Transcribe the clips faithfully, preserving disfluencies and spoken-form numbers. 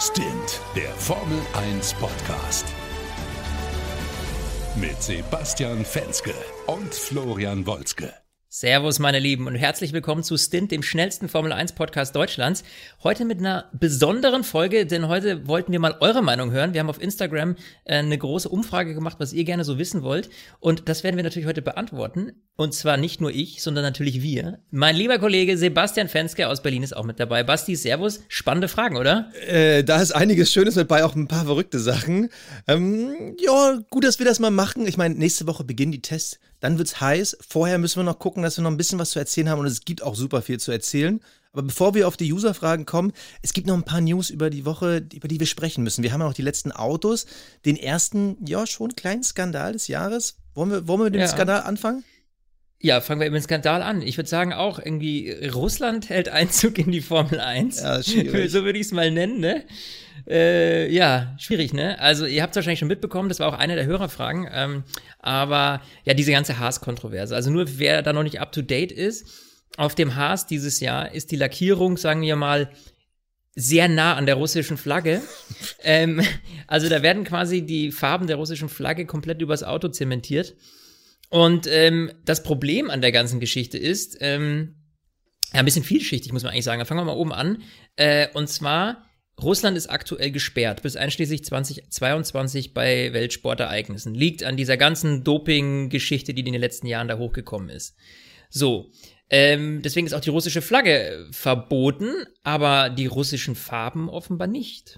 Stint, der Formel eins Podcast. Mit Sebastian Fenske und Florian Wolzke. Servus, meine Lieben, und herzlich willkommen zu Stint, dem schnellsten Formel eins Podcast Deutschlands. Heute mit einer besonderen Folge, denn heute wollten wir mal eure Meinung hören. Wir haben auf Instagram äh, eine große Umfrage gemacht, was ihr gerne so wissen wollt. Und das werden wir natürlich heute beantworten. Und zwar nicht nur ich, sondern natürlich wir. Mein lieber Kollege Sebastian Fenske aus Berlin ist auch mit dabei. Basti, servus. Spannende Fragen, oder? Äh, da ist einiges Schönes mit bei, auch ein paar verrückte Sachen. Ähm, ja, gut, dass wir das mal machen. Ich meine, nächste Woche beginnen die Tests. Dann wird's heiß. Vorher müssen wir noch gucken, dass wir noch ein bisschen was zu erzählen haben. Und es gibt auch super viel zu erzählen. Aber bevor wir auf die User-Fragen kommen, es gibt noch ein paar News über die Woche, über die wir sprechen müssen. Wir haben ja noch die letzten Autos. Den ersten, ja, schon kleinen Skandal des Jahres. Wollen wir, wollen wir mit dem ja. Skandal anfangen? Ja, fangen wir mit dem Skandal an. Ich würde sagen auch irgendwie, Russland hält Einzug in die Formel eins. Ja, schwierig. So würde ich es mal nennen, ne? Äh, ja, schwierig, ne? Also ihr habt es wahrscheinlich schon mitbekommen, das war auch eine der Hörerfragen. Ähm, aber ja, diese ganze Haas-Kontroverse. Also nur wer da noch nicht up-to-date ist, auf dem Haas dieses Jahr ist die Lackierung, sagen wir mal, sehr nah an der russischen Flagge. ähm, also da werden quasi die Farben der russischen Flagge komplett übers Auto zementiert. Und ähm, das Problem an der ganzen Geschichte ist, ähm, ja, ein bisschen vielschichtig, muss man eigentlich sagen. Da fangen wir mal oben an. Äh, und zwar, Russland ist aktuell gesperrt, bis einschließlich zwanzig zweiundzwanzig bei Weltsportereignissen. Liegt an dieser ganzen Doping-Geschichte, die in den letzten Jahren da hochgekommen ist. So, ähm, deswegen ist auch die russische Flagge verboten, aber die russischen Farben offenbar nicht.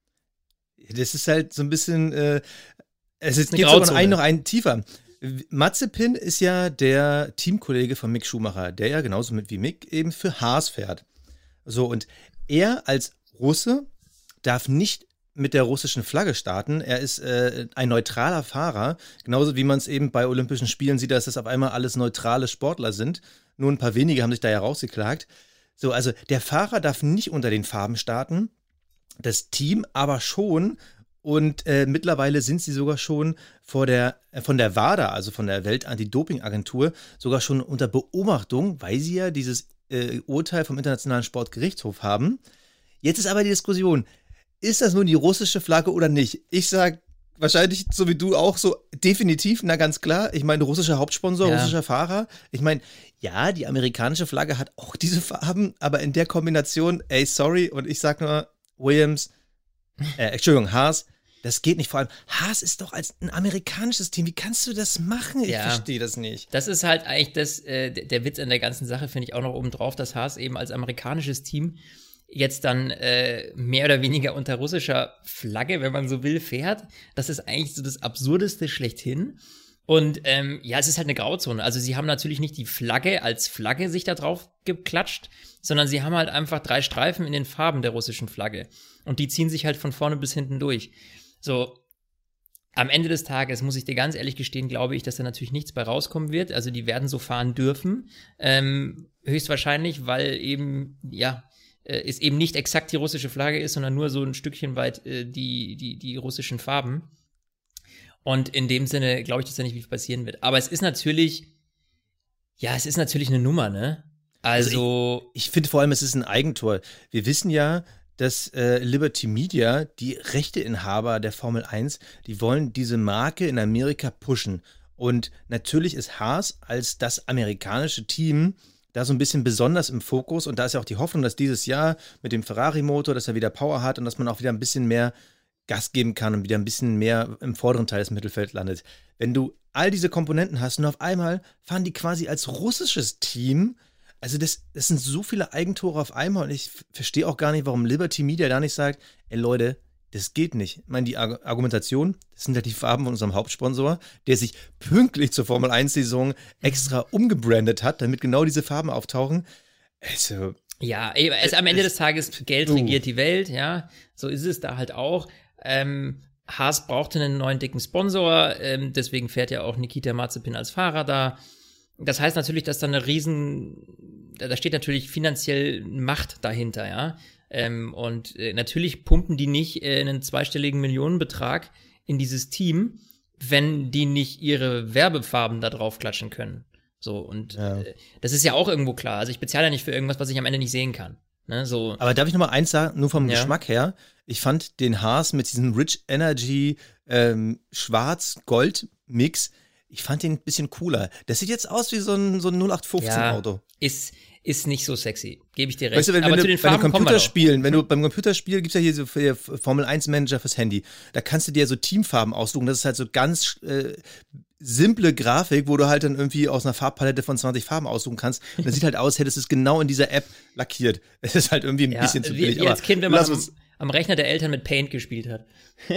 Das ist halt so ein bisschen, äh, es ist, geht sogar noch einen, noch einen tiefer. Mazepin ist ja der Teamkollege von Mick Schumacher, der ja genauso mit wie Mick eben für Haas fährt. So, und er als Russe darf nicht mit der russischen Flagge starten. Er ist äh, ein neutraler Fahrer, genauso wie man es eben bei Olympischen Spielen sieht, dass das auf einmal alles neutrale Sportler sind. Nur ein paar wenige haben sich da ja rausgeklagt. So, also der Fahrer darf nicht unter den Farben starten, das Team aber schon. Und äh, mittlerweile sind sie sogar schon vor der, äh, von der WADA, also von der Welt-Anti-Doping-Agentur, sogar schon unter Beobachtung, weil sie ja dieses äh, Urteil vom Internationalen Sportgerichtshof haben. Jetzt ist aber die Diskussion, ist das nun die russische Flagge oder nicht? Ich sag wahrscheinlich, so wie du auch, so definitiv, na ganz klar. Ich meine, russischer Hauptsponsor, ja. russischer Fahrer. Ich meine, ja, die amerikanische Flagge hat auch diese Farben, aber in der Kombination, ey, sorry, und ich sag nur, Williams, äh, Entschuldigung, Haas, das geht nicht. Vor allem, Haas ist doch als ein amerikanisches Team. Wie kannst du das machen? Ich ja, verstehe das nicht. Das ist halt eigentlich das, äh, der Witz an der ganzen Sache, finde ich auch noch obendrauf, dass Haas eben als amerikanisches Team jetzt dann äh, mehr oder weniger unter russischer Flagge, wenn man so will, fährt. Das ist eigentlich so das Absurdeste schlechthin. Und ähm, ja, es ist halt eine Grauzone. Also sie haben natürlich nicht die Flagge als Flagge sich da drauf geklatscht, sondern sie haben halt einfach drei Streifen in den Farben der russischen Flagge. Und die ziehen sich halt von vorne bis hinten durch. So, am Ende des Tages, muss ich dir ganz ehrlich gestehen, glaube ich, dass da natürlich nichts bei rauskommen wird. Also die werden so fahren dürfen. Ähm, höchstwahrscheinlich, weil eben, ja, äh, es eben nicht exakt die russische Flagge ist, sondern nur so ein Stückchen weit äh, die, die, die russischen Farben. Und in dem Sinne glaube ich, dass da nicht viel passieren wird. Aber es ist natürlich, ja, es ist natürlich eine Nummer, ne? Also, also ich, ich finde vor allem, es ist ein Eigentor. Wir wissen ja, dass äh, Liberty Media, die Rechteinhaber der Formel eins, die wollen diese Marke in Amerika pushen. Und natürlich ist Haas als das amerikanische Team da so ein bisschen besonders im Fokus. Und da ist ja auch die Hoffnung, dass dieses Jahr mit dem Ferrari-Motor, dass er wieder Power hat und dass man auch wieder ein bisschen mehr Gas geben kann und wieder ein bisschen mehr im vorderen Teil des Mittelfelds landet. Wenn du all diese Komponenten hast und auf einmal fahren die quasi als russisches Team. Also das, das sind so viele Eigentore auf einmal und ich verstehe auch gar nicht, warum Liberty Media da nicht sagt, ey Leute, das geht nicht. Ich meine, die Argumentation, das sind ja die Farben von unserem Hauptsponsor, der sich pünktlich zur Formel eins Saison extra umgebrandet hat, damit genau diese Farben auftauchen. Also, ja, also am Ende des Tages, Geld du. regiert die Welt, ja, so ist es da halt auch. Ähm, Haas brauchte einen neuen dicken Sponsor, ähm, deswegen fährt ja auch Nikita Mazepin als Fahrer da. Das heißt natürlich, dass da eine riesen, da steht natürlich finanziell Macht dahinter, ja. Ähm, und äh, natürlich pumpen die nicht äh, einen zweistelligen Millionenbetrag in dieses Team, wenn die nicht ihre Werbefarben da drauf klatschen können. So, und ja. äh, das ist ja auch irgendwo klar. Also ich bezahle ja nicht für irgendwas, was ich am Ende nicht sehen kann. Ne, so. Aber darf ich noch mal eins sagen, nur vom ja. Geschmack her? Ich fand den Haas mit diesem Rich Energy ähm, Schwarz-Gold-Mix, ich fand den ein bisschen cooler. Das sieht jetzt aus wie so ein, so ein null acht fünfzehn Auto. Ja, ist, ist nicht so sexy, gebe ich dir recht. Weißt du, wenn, aber wenn zu du den bei den Farben Computerspielen, wenn du beim Computerspiel gibt es ja hier so für Formel eins Manager fürs Handy, da kannst du dir so Teamfarben aussuchen. Das ist halt so ganz äh, simple Grafik, wo du halt dann irgendwie aus einer Farbpalette von zwanzig Farben aussuchen kannst. Und das sieht halt aus, hättest du es genau in dieser App lackiert. Es ist halt irgendwie ein ja, bisschen zu billig. Wie, wie als Kind, wenn man am, uns am Rechner der Eltern mit Paint gespielt hat.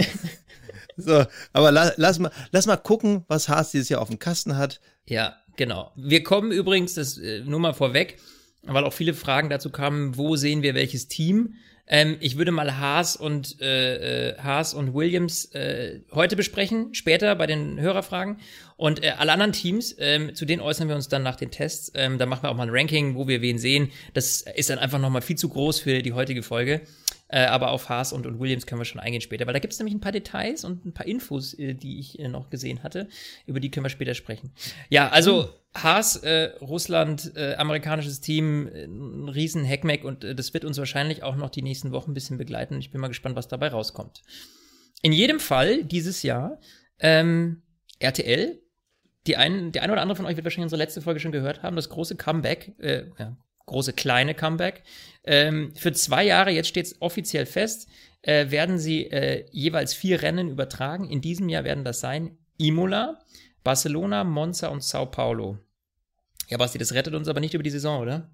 So, aber la, lass, mal, lass mal gucken, was Haas dieses Jahr auf dem Kasten hat. Ja, genau. Wir kommen übrigens, das äh, nur mal vorweg, weil auch viele Fragen dazu kamen, wo sehen wir welches Team? Ähm, ich würde mal Haas und äh, äh, Haas und Williams äh, heute besprechen, später bei den Hörerfragen. Und äh, alle anderen Teams, ähm, zu denen äußern wir uns dann nach den Tests. Ähm, da machen wir auch mal ein Ranking, wo wir wen sehen. Das ist dann einfach nochmal viel zu groß für die heutige Folge. Äh, aber auf Haas und, und Williams können wir schon eingehen später, weil da gibt es nämlich ein paar Details und ein paar Infos, äh, die ich äh, noch gesehen hatte. Über die können wir später sprechen. Ja, also mhm. Haas, äh, Russland, äh, amerikanisches Team, äh, ein riesen Heckmeck und äh, das wird uns wahrscheinlich auch noch die nächsten Wochen ein bisschen begleiten. Ich bin mal gespannt, was dabei rauskommt. In jedem Fall dieses Jahr ähm, R T L, die ein, der eine oder andere von euch wird wahrscheinlich unsere letzte Folge schon gehört haben, das große Comeback, äh, ja, große kleine Comeback. Ähm, für zwei Jahre, jetzt steht es offiziell fest, äh, werden sie äh, jeweils vier Rennen übertragen. In diesem Jahr werden das sein Imola, Barcelona, Monza und Sao Paulo. Ja, Basti, das rettet uns aber nicht über die Saison, oder?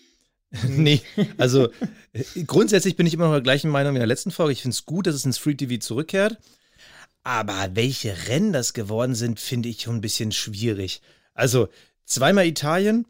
Nee, also grundsätzlich bin ich immer noch der gleichen Meinung wie in der letzten Folge. Ich finde es gut, dass es ins Free T V zurückkehrt. Aber welche Rennen das geworden sind, finde ich schon ein bisschen schwierig. Also zweimal Italien.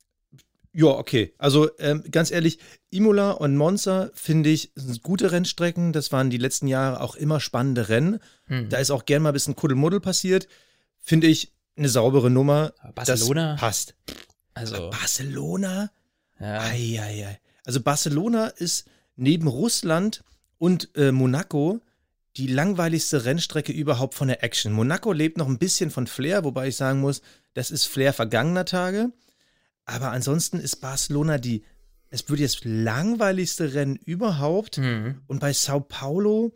Ja, okay. Also ähm, ganz ehrlich, Imola und Monza finde ich sind gute Rennstrecken. Das waren die letzten Jahre auch immer spannende Rennen. Hm. Da ist auch gern mal ein bisschen Kuddelmuddel passiert. Finde ich eine saubere Nummer. Barcelona? Das passt. Also Barcelona? Ja. Ei, ei, ei. Also Barcelona ist neben Russland und äh, Monaco die langweiligste Rennstrecke überhaupt von der Action. Monaco lebt noch ein bisschen von Flair, wobei ich sagen muss, das ist Flair vergangener Tage. Aber ansonsten ist Barcelona die, es würde jetzt langweiligste Rennen überhaupt. Mhm. Und bei Sao Paulo,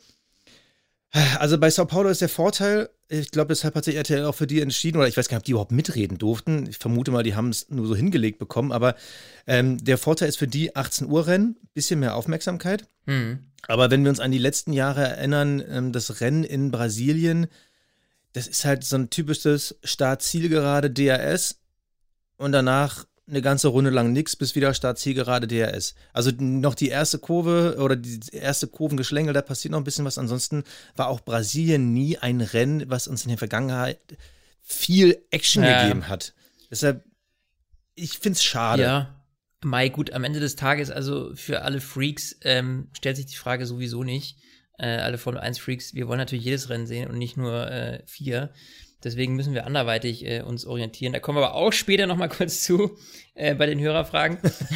also bei Sao Paulo ist der Vorteil, ich glaube, deshalb hat sich R T L auch für die entschieden, oder ich weiß gar nicht, ob die überhaupt mitreden durften. Ich vermute mal, die haben es nur so hingelegt bekommen, aber ähm, der Vorteil ist für die achtzehn Uhr Rennen, bisschen mehr Aufmerksamkeit. Mhm. Aber wenn wir uns an die letzten Jahre erinnern, ähm, das Rennen in Brasilien, das ist halt so ein typisches Start-Zielgerade D R S und danach eine ganze Runde lang nix, bis wieder Start-Zielgerade D R S. Also noch die erste Kurve oder die erste Kurvengeschlängel, da passiert noch ein bisschen was. Ansonsten war auch Brasilien nie ein Rennen, was uns in der Vergangenheit viel Action ja. gegeben hat. Deshalb, ich find's schade. Ja, Mai, gut, am Ende des Tages, also für alle Freaks ähm, stellt sich die Frage sowieso nicht. Äh, alle Formel eins Freaks, wir wollen natürlich jedes Rennen sehen und nicht nur äh, vier. Deswegen müssen wir anderweitig äh, uns orientieren. Da kommen wir aber auch später noch mal kurz zu äh, bei den Hörerfragen.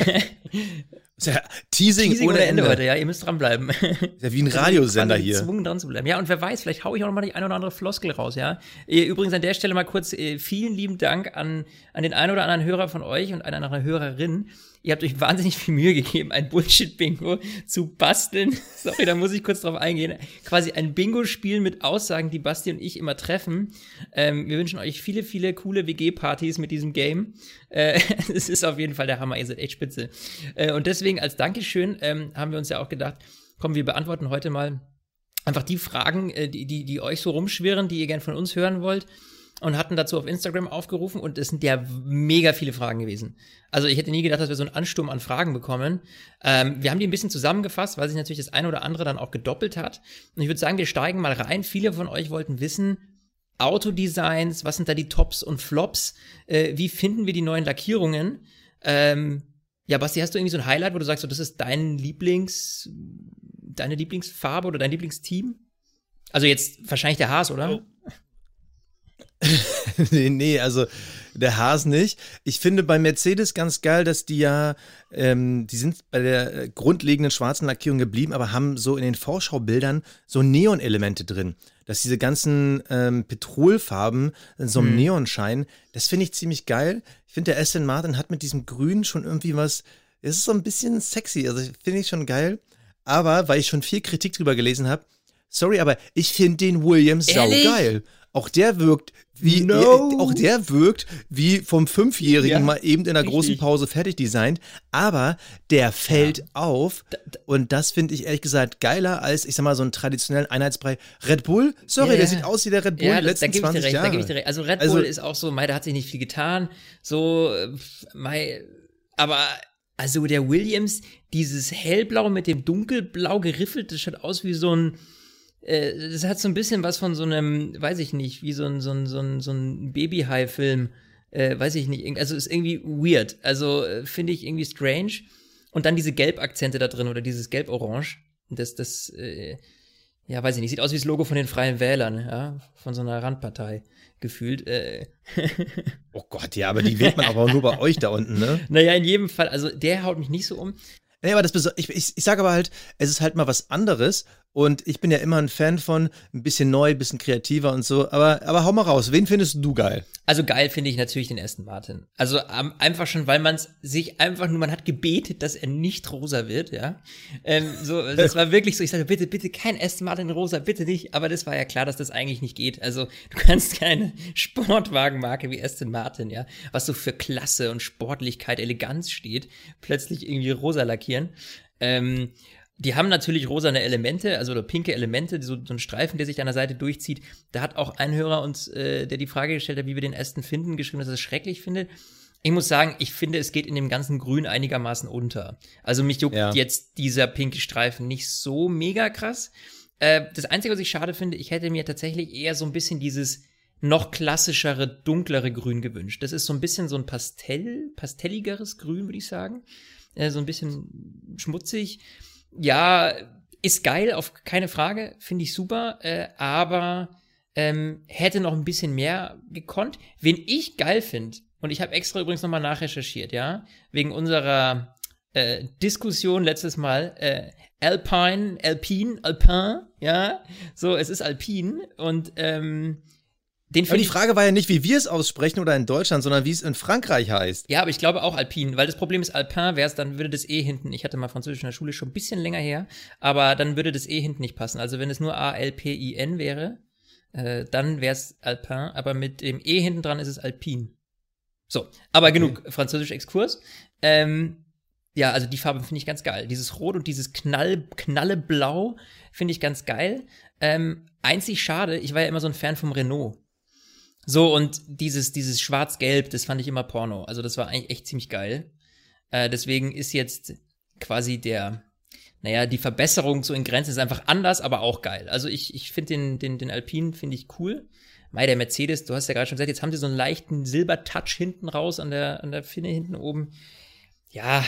Ja, Teasing, Teasing ohne Ende heute, ja, ihr müsst dranbleiben. Ist ja wie ein Radiosender hier. Gezwungen dran zu bleiben. Ja, und wer weiß, vielleicht haue ich auch noch mal die eine oder andere Floskel raus, ja. Übrigens an der Stelle mal kurz äh, vielen lieben Dank an, an den einen oder anderen Hörer von euch und eine oder andere Hörerin. Ihr habt euch wahnsinnig viel Mühe gegeben, ein Bullshit-Bingo zu basteln. Sorry, da muss ich kurz drauf eingehen. Quasi ein Bingo-Spiel mit Aussagen, die Basti und ich immer treffen. Ähm, wir wünschen euch viele, viele coole W G-Partys mit diesem Game. Äh, es ist auf jeden Fall der Hammer, ihr seid echt spitze. Äh, und deswegen als Dankeschön ähm, haben wir uns ja auch gedacht, komm, wir beantworten heute mal einfach die Fragen, äh, die, die, die euch so rumschwirren, die ihr gern von uns hören wollt. Und hatten dazu auf Instagram aufgerufen und es sind ja mega viele Fragen gewesen. Also ich hätte nie gedacht, dass wir so einen Ansturm an Fragen bekommen. Ähm, wir haben die ein bisschen zusammengefasst, weil sich natürlich das eine oder andere dann auch gedoppelt hat. Und ich würde sagen, wir steigen mal rein. Viele von euch wollten wissen, Autodesigns, was sind da die Tops und Flops? Äh, wie finden wir die neuen Lackierungen? Ähm, ja, Basti, hast du irgendwie so ein Highlight, wo du sagst, so, das ist dein Lieblings, deine Lieblingsfarbe oder dein Lieblingsteam? Also jetzt wahrscheinlich der Haas, oder? Oh. nee, nee, also der Haas nicht. Ich finde bei Mercedes ganz geil, dass die ja, ähm, die sind bei der grundlegenden schwarzen Lackierung geblieben, aber haben so in den Vorschaubildern so Neon-Elemente drin. Dass diese ganzen ähm, Petrolfarben in so einem hm. Neon scheinen, das finde ich ziemlich geil. Ich finde, der Aston Martin hat mit diesem Grün schon irgendwie was, es ist so ein bisschen sexy, also finde ich schon geil. Aber, weil ich schon viel Kritik drüber gelesen habe, sorry, aber ich finde den Williams saugeil. Auch der wirkt wie, no. ja, auch der wirkt wie vom Fünfjährigen ja, mal eben in einer richtig. großen Pause fertig designt. Aber der fällt ja. auf. Da, da. Und das finde ich ehrlich gesagt geiler als, ich sag mal, so einen traditionellen Einheitsbrei. Red Bull, sorry, ja. der sieht aus wie der Red Bull ja, die letzten da zwanzig recht, Jahre. Da gebe ich dir recht. Also Red Bull also, ist auch so, mei, da hat sich nicht viel getan. So, mei, aber also der Williams, dieses hellblau mit dem dunkelblau geriffelt, das schaut aus wie so ein das hat so ein bisschen was von so einem, weiß ich nicht, wie so ein, so ein, so ein, so ein Baby-High-Film, äh, weiß ich nicht, also ist irgendwie weird, also äh, finde ich irgendwie strange. Und dann diese Gelbakzente da drin oder dieses Gelb-Orange, das, das, äh, ja, weiß ich nicht, sieht aus wie das Logo von den Freien Wählern, ja, von so einer Randpartei gefühlt. Äh. Oh Gott, ja, aber die wählt man aber auch nur bei euch da unten, ne? Naja, in jedem Fall, also der haut mich nicht so um. Nee, aber das, ich, ich, ich sage aber halt, es ist halt mal was anderes und ich bin ja immer ein Fan von ein bisschen neu, ein bisschen kreativer und so, aber, aber hau mal raus, wen findest du geil? Also geil finde ich natürlich den Aston Martin. Also um, einfach schon, weil man sich einfach nur, man hat gebetet, dass er nicht rosa wird, ja. Ähm, so, das war wirklich so, ich sagte, bitte, bitte kein Aston Martin rosa, bitte nicht, aber das war ja klar, dass das eigentlich nicht geht. Also du kannst keine Sportwagenmarke wie Aston Martin, ja, was so für Klasse und Sportlichkeit, Eleganz steht, plötzlich irgendwie rosa lackieren. Ähm, Die haben natürlich rosane Elemente, also oder pinke Elemente, so, so ein Streifen, der sich an der Seite durchzieht. Da hat auch ein Hörer uns, äh, der die Frage gestellt hat, wie wir den Aston finden, geschrieben, dass er es schrecklich findet. Ich muss sagen, ich finde, es geht in dem ganzen Grün einigermaßen unter. Also mich juckt ja. jetzt dieser pinke Streifen nicht so mega krass. Äh, das Einzige, was ich schade finde, ich hätte mir tatsächlich eher so ein bisschen dieses noch klassischere, dunklere Grün gewünscht. Das ist so ein bisschen so ein Pastell, pastelligeres Grün, würde ich sagen. Äh, so ein bisschen schmutzig. Ja, ist geil, auf keine Frage, finde ich super, äh, aber ähm, hätte noch ein bisschen mehr gekonnt. Wen ich geil finde, und ich habe extra übrigens nochmal nachrecherchiert, ja, wegen unserer äh, Diskussion letztes Mal, äh, Alpine, Alpine, Alpin, ja, so, es ist Alpin und ähm, Den aber die Frage war ja nicht, wie wir es aussprechen oder in Deutschland, sondern wie es in Frankreich heißt. Ja, aber ich glaube auch Alpine, weil das Problem ist, Alpin wäre es, dann würde das E hinten, ich hatte mal Französisch in der Schule, schon ein bisschen länger her, aber dann würde das E hinten nicht passen. Also wenn es nur A L P I N wäre, äh, dann wäre es Alpin, aber mit dem E hinten dran ist es Alpine. So, aber okay. Genug Französisch-Exkurs. Ähm, ja, also die Farbe finde ich ganz geil. Dieses Rot und dieses Knall, Knalleblau finde ich ganz geil. Ähm, einzig schade, ich war ja immer so ein Fan vom Renault. So, und dieses, dieses Schwarz-Gelb, das fand ich immer Porno. Also das war eigentlich echt ziemlich geil. Äh, deswegen ist jetzt quasi der, naja, die Verbesserung so in Grenzen ist einfach anders, aber auch geil. Also ich, ich finde den, den, den Alpine finde ich cool. Mei, der Mercedes, du hast ja gerade schon gesagt, jetzt haben sie so einen leichten Silber-Touch hinten raus an der, an der Finne hinten oben. Ja,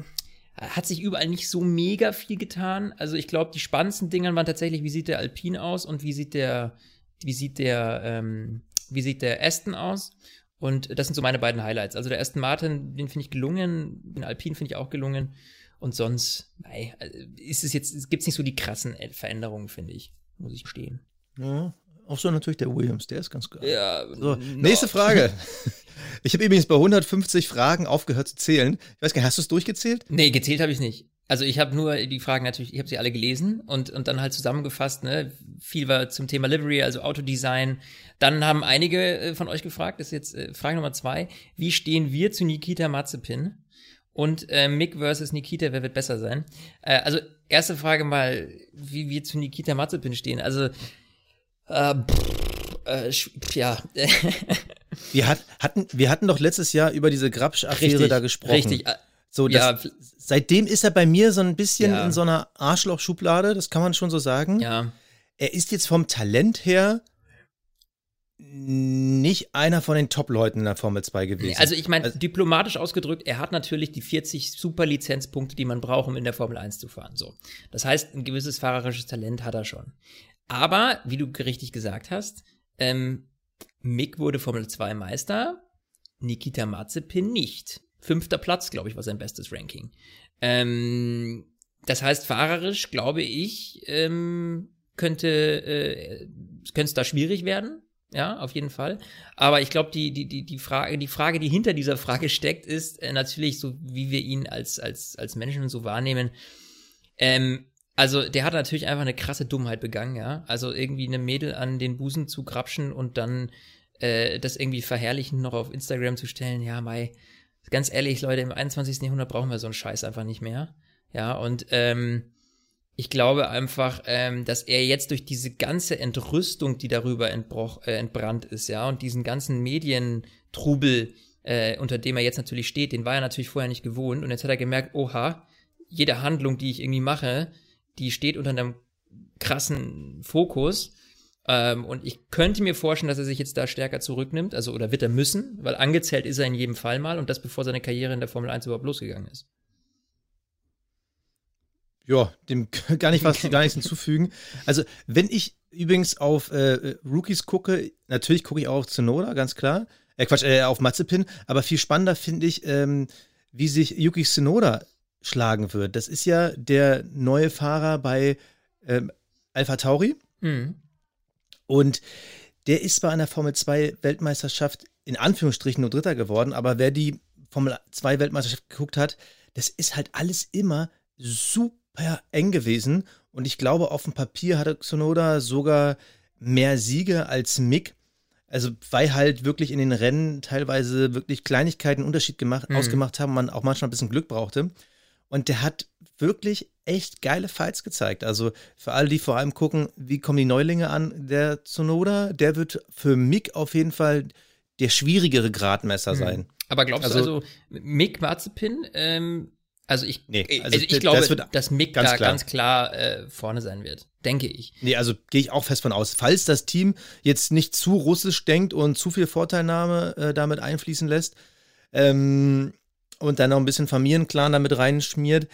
hat sich überall nicht so mega viel getan. Also ich glaube, die spannendsten Dinger waren tatsächlich, wie sieht der Alpine aus und wie sieht der, wie sieht der, ähm, Wie sieht der Aston aus? Und das sind so meine beiden Highlights. Also der Aston Martin, den finde ich gelungen, den Alpine finde ich auch gelungen. Und sonst, nein, ist es jetzt, gibt es nicht so die krassen Veränderungen, finde ich, muss ich gestehen. Ja, auch so natürlich der Williams, der ist ganz geil. Ja, so, nächste Frage. Ich habe übrigens bei hundertfünfzig Fragen aufgehört zu zählen. Ich weiß gar nicht, hast du es durchgezählt? Nee, gezählt habe ich nicht. Also ich habe nur die Fragen natürlich, ich habe sie alle gelesen und und dann halt zusammengefasst, ne, viel war zum Thema Livery, also Autodesign. Dann haben einige von euch gefragt, das ist jetzt äh, Frage Nummer zwei, wie stehen wir zu Nikita Mazepin? Und äh, Mick versus Nikita, wer wird besser sein? Äh, also erste Frage mal, wie wir zu Nikita Mazepin stehen. Also äh, pff, äh, ja. wir, hat, hatten, wir hatten doch letztes Jahr über diese Grabsch-Affäre da gesprochen. Richtig, so, das, ja. Seitdem ist er bei mir so ein bisschen ja. in so einer Arschloch-Schublade, das kann man schon so sagen. Ja. Er ist jetzt vom Talent her nicht einer von den Top-Leuten in der Formel zwei gewesen. Also ich meine, also, diplomatisch ausgedrückt, er hat natürlich die vierzig Super-Lizenzpunkte, die man braucht, um in der Formel eins zu fahren. So. Das heißt, ein gewisses fahrerisches Talent hat er schon. Aber, wie du richtig gesagt hast, ähm, Mick wurde Formel zwei Meister, Nikita Mazepin nicht. Fünfter Platz, glaube ich, war sein bestes Ranking. Ähm, das heißt, fahrerisch, glaube ich, ähm, könnte äh, könnte es da schwierig werden. Ja, auf jeden Fall. Aber ich glaube, die, die, die, die Frage, die Frage, die hinter dieser Frage steckt, ist äh, natürlich so, wie wir ihn als, als, als Menschen so wahrnehmen. Ähm, also, der hat natürlich einfach eine krasse Dummheit begangen, ja. Also, irgendwie eine Mädel an den Busen zu grapschen und dann äh, das irgendwie verherrlichen noch auf Instagram zu stellen. Ja, mei, ganz ehrlich, Leute, im einundzwanzigsten Jahrhundert brauchen wir so einen Scheiß einfach nicht mehr. Ja, und ähm, ich glaube einfach, ähm, dass er jetzt durch diese ganze Entrüstung, die darüber entbroch, äh, entbrannt ist, ja, und diesen ganzen Medientrubel, äh, unter dem er jetzt natürlich steht, den war er natürlich vorher nicht gewohnt. Und jetzt hat er gemerkt, oha, jede Handlung, die ich irgendwie mache, die steht unter einem krassen Fokus. Ähm, und ich könnte mir vorstellen, dass er sich jetzt da stärker zurücknimmt, also oder wird er müssen, weil angezählt ist er in jedem Fall mal und das bevor seine Karriere in der Formel eins überhaupt losgegangen ist. Ja, dem gar nicht was, gar nichts hinzufügen. Also, wenn ich übrigens auf äh, Rookies gucke, natürlich gucke ich auch auf Tsunoda, ganz klar. Äh, Quatsch, äh, auf Mazepin. Aber viel spannender finde ich, ähm, wie sich Yuki Tsunoda schlagen wird. Das ist ja der neue Fahrer bei ähm, AlphaTauri. Mhm. Und der ist bei einer Formel zwei Weltmeisterschaft in Anführungsstrichen nur Dritter geworden. Aber wer die Formel zwei Weltmeisterschaft geguckt hat, das ist halt alles immer super ja, eng gewesen und ich glaube, auf dem Papier hatte Tsunoda sogar mehr Siege als Mick, also weil halt wirklich in den Rennen teilweise wirklich Kleinigkeiten einen Unterschied gemacht, mhm. ausgemacht haben, man auch manchmal ein bisschen Glück brauchte und der hat wirklich echt geile Fights gezeigt, also für alle, die vor allem gucken, wie kommen die Neulinge an, der Tsunoda, der wird für Mick auf jeden Fall der schwierigere Gradmesser mhm. sein. Aber glaubst also, du also, Mick Mazepin, ähm Also ich, nee, also, also ich das glaube, wird dass Mick ganz da klar. ganz klar äh, vorne sein wird, denke ich. Nee, also gehe ich auch fest von aus. Falls das Team jetzt nicht zu russisch denkt und zu viel Vorteilnahme äh, damit einfließen lässt ähm, und dann noch ein bisschen Familienclan damit reinschmiert,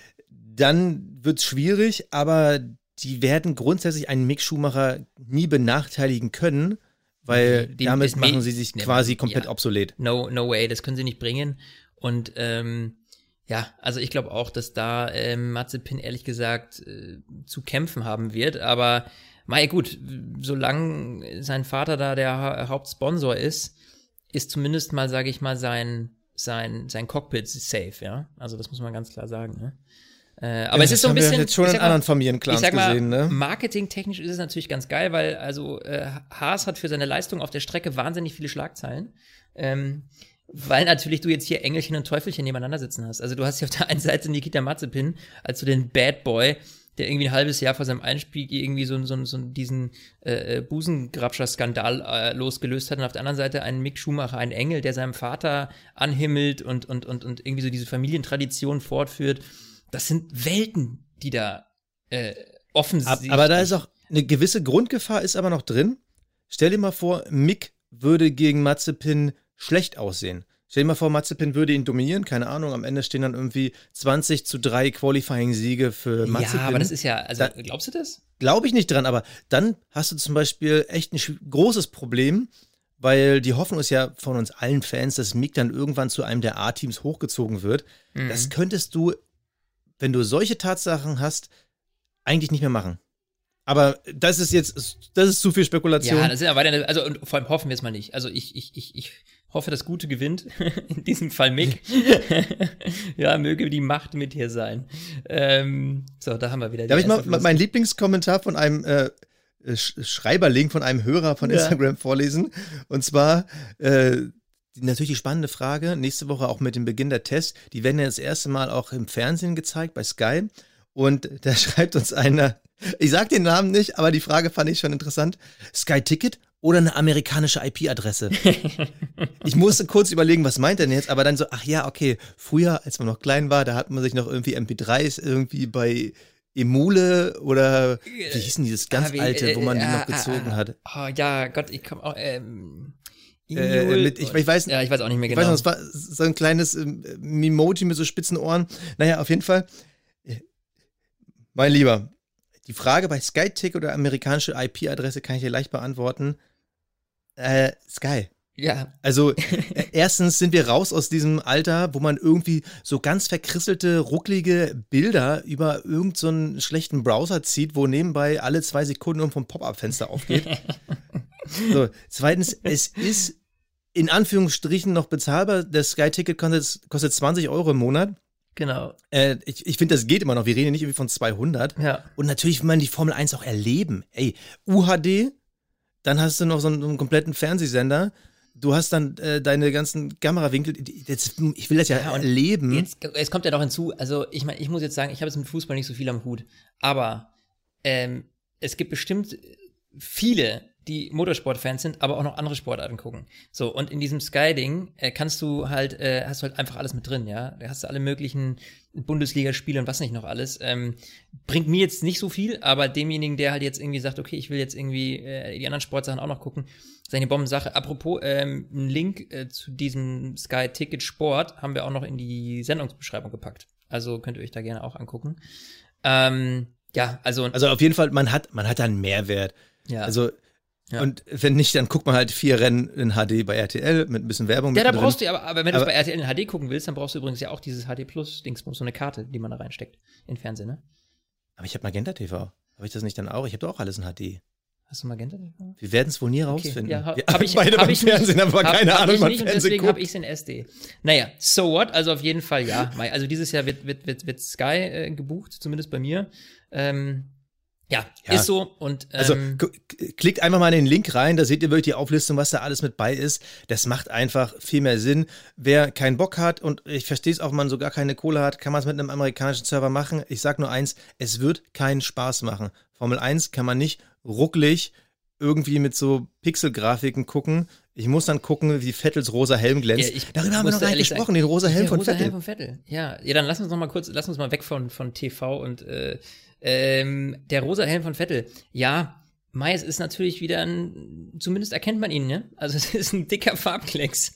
dann wird es schwierig, aber die werden grundsätzlich einen Mick Schumacher nie benachteiligen können, weil die, damit machen sie sich ne, quasi komplett ja, obsolet. No, no way, das können sie nicht bringen. Und ähm, ja, also ich glaube auch, dass da ähm, Mazepin ehrlich gesagt äh, zu kämpfen haben wird, aber mei gut, solange sein Vater da der ha- Hauptsponsor ist, ist zumindest mal, sage ich mal, sein sein sein Cockpit safe, ja, also das muss man ganz klar sagen, ne? Äh, aber ja, es ist so ein bisschen, wir jetzt schon in mal, anderen Familienclans ich sag mal, gesehen, ne? Marketingtechnisch ist es natürlich ganz geil, weil also äh, Haas hat für seine Leistung auf der Strecke wahnsinnig viele Schlagzeilen. Ähm, Weil natürlich du jetzt hier Engelchen und Teufelchen nebeneinander sitzen hast. Also du hast hier auf der einen Seite Nikita Mazepin als so den Bad Boy, der irgendwie ein halbes Jahr vor seinem Einstieg irgendwie so, so, so diesen äh, Busengrabscher-Skandal äh, losgelöst hat. Und auf der anderen Seite einen Mick Schumacher, einen Engel, der seinem Vater anhimmelt und, und, und, und irgendwie so diese Familientradition fortführt. Das sind Welten, die da äh, offensichtlich... Aber da ist auch eine gewisse Grundgefahr ist aber noch drin. Stell dir mal vor, Mick würde gegen Mazepin schlecht aussehen. Stell dir mal vor, Mazepin würde ihn dominieren, keine Ahnung, am Ende stehen dann irgendwie zwanzig zu drei Qualifying-Siege für Mazepin. Ja, aber das ist ja, also da, glaubst du das? Glaube ich nicht dran, aber dann hast du zum Beispiel echt ein großes Problem, weil die Hoffnung ist ja von uns allen Fans, dass Mick dann irgendwann zu einem der A-Teams hochgezogen wird. Mhm. Das könntest du, wenn du solche Tatsachen hast, eigentlich nicht mehr machen. Aber das ist jetzt, das ist zu viel Spekulation. Ja, das ist ja weiter, also und vor allem hoffen wir es mal nicht. Also ich, ich, ich, ich hoffe, das Gute gewinnt. In diesem Fall Mick. Ja, möge die Macht mit hier sein. Ähm, so, da haben wir wieder die Darf ich mal Fluss. Mein Lieblingskommentar von einem äh, Schreiberling, von einem Hörer von Instagram ja. vorlesen? Und zwar, äh, natürlich die spannende Frage, nächste Woche auch mit dem Beginn der Tests, die werden ja das erste Mal auch im Fernsehen gezeigt, bei Sky. Und da schreibt uns einer, ich sag den Namen nicht, aber die Frage fand ich schon interessant. Sky Ticket oder eine amerikanische I P-Adresse? Ich musste kurz überlegen, was meint er denn jetzt, aber dann so, ach ja, okay, früher, als man noch klein war, da hat man sich noch irgendwie M P dreis irgendwie bei Emule oder wie hieß denn dieses ganz alte, wo man die noch gezogen hat? Oh ja, Gott, ich komm auch, ähm... Äh, mit, ich, ich weiß, ja, ich weiß auch nicht mehr genau. Ich weiß noch, es war so ein kleines ähm, Mimoji mit so spitzen Ohren. Naja, auf jeden Fall. Mein Lieber, die Frage bei Sky Ticket oder amerikanische I P-Adresse kann ich dir leicht beantworten. Äh, Sky. Ja. Also, äh, erstens sind wir raus aus diesem Alter, wo man irgendwie so ganz verkrisselte, rucklige Bilder über irgendeinen so schlechten Browser zieht, wo nebenbei alle zwei Sekunden irgendwo ein Pop-Up-Fenster aufgeht. So, zweitens, es ist in Anführungsstrichen noch bezahlbar. Das Sky-Ticket kostet, kostet zwanzig Euro im Monat. Genau. Äh, ich ich finde, das geht immer noch. Wir reden nicht irgendwie von zweihundert. Ja. Und natürlich will man die Formel eins auch erleben. Ey, U H D, dann hast du noch so einen, so einen kompletten Fernsehsender. Du hast dann äh, deine ganzen Kamerawinkel. Das, ich will das ja, ja erleben. Jetzt, es kommt ja noch hinzu, also ich meine, ich muss jetzt sagen, ich habe jetzt mit Fußball nicht so viel am Hut. Aber ähm, es gibt bestimmt viele, die Motorsportfans sind, aber auch noch andere Sportarten gucken. So, und in diesem Sky-Ding äh, kannst du halt, äh, hast du halt einfach alles mit drin, ja. Da hast du alle möglichen Bundesligaspiele und was nicht noch alles. Ähm, bringt mir jetzt nicht so viel, aber demjenigen, der halt jetzt irgendwie sagt, okay, ich will jetzt irgendwie äh, die anderen Sportsachen auch noch gucken, seine Bombensache. Apropos, ähm, einen Link äh, zu diesem Sky-Ticket Sport haben wir auch noch in die Sendungsbeschreibung gepackt. Also könnt ihr euch da gerne auch angucken. Ähm, ja, also. Also auf jeden Fall, man hat, man hat da einen Mehrwert. Ja. Also, Ja. und wenn nicht, dann guckt man halt vier Rennen in H D bei R T L mit ein bisschen Werbung. Ja, da drin. brauchst du aber, aber wenn du es Aber- bei R T L in H D gucken willst, dann brauchst du übrigens ja auch dieses H D Plus Dingsbums, so eine Karte, die man da reinsteckt in Fernsehen, ne? Aber ich habe Magenta T V. Habe ich das nicht dann auch? Ich habe doch auch alles in H D. Hast du Magenta T V? Wir werden es wohl nie Okay, rausfinden. ja, ha- Wir hab ich, beide hab beim ich nicht, Fernsehen, aber hab, keine hab Ahnung, ich wann nicht, und Fernsehen deswegen habe guckt. ich es in S D. Naja, so what? Also auf jeden Fall ja. Mai- Also dieses Jahr wird, wird, wird, wird Sky äh, gebucht, zumindest bei mir. Ähm, ja, Ja. ist so. Und ähm, Also gu- k- klickt einfach mal in den Link rein, da seht ihr wirklich die Auflistung, was da alles mit bei ist. Das macht einfach viel mehr Sinn. Wer keinen Bock hat, und ich verstehe es auch, wenn man so gar keine Kohle hat, kann man es mit einem amerikanischen Server machen. Ich sag nur eins, es wird keinen Spaß machen. Formel eins kann man nicht rucklig irgendwie mit so Pixelgrafiken gucken. Ich muss dann gucken, wie Vettels rosa Helm glänzt. Ja, ich Darüber haben wir muss noch da gar nicht ehrlich gesprochen, sagen, den rosa Helm der von rosa Vettel. Helm von Vettel. Ja, ja, dann lass uns noch mal kurz, lass uns mal weg von, von T V und äh, ähm, der rosa Helm von Vettel. Ja, Mai, es ist natürlich wieder ein, zumindest erkennt man ihn, ne? Also es ist ein dicker Farbklecks.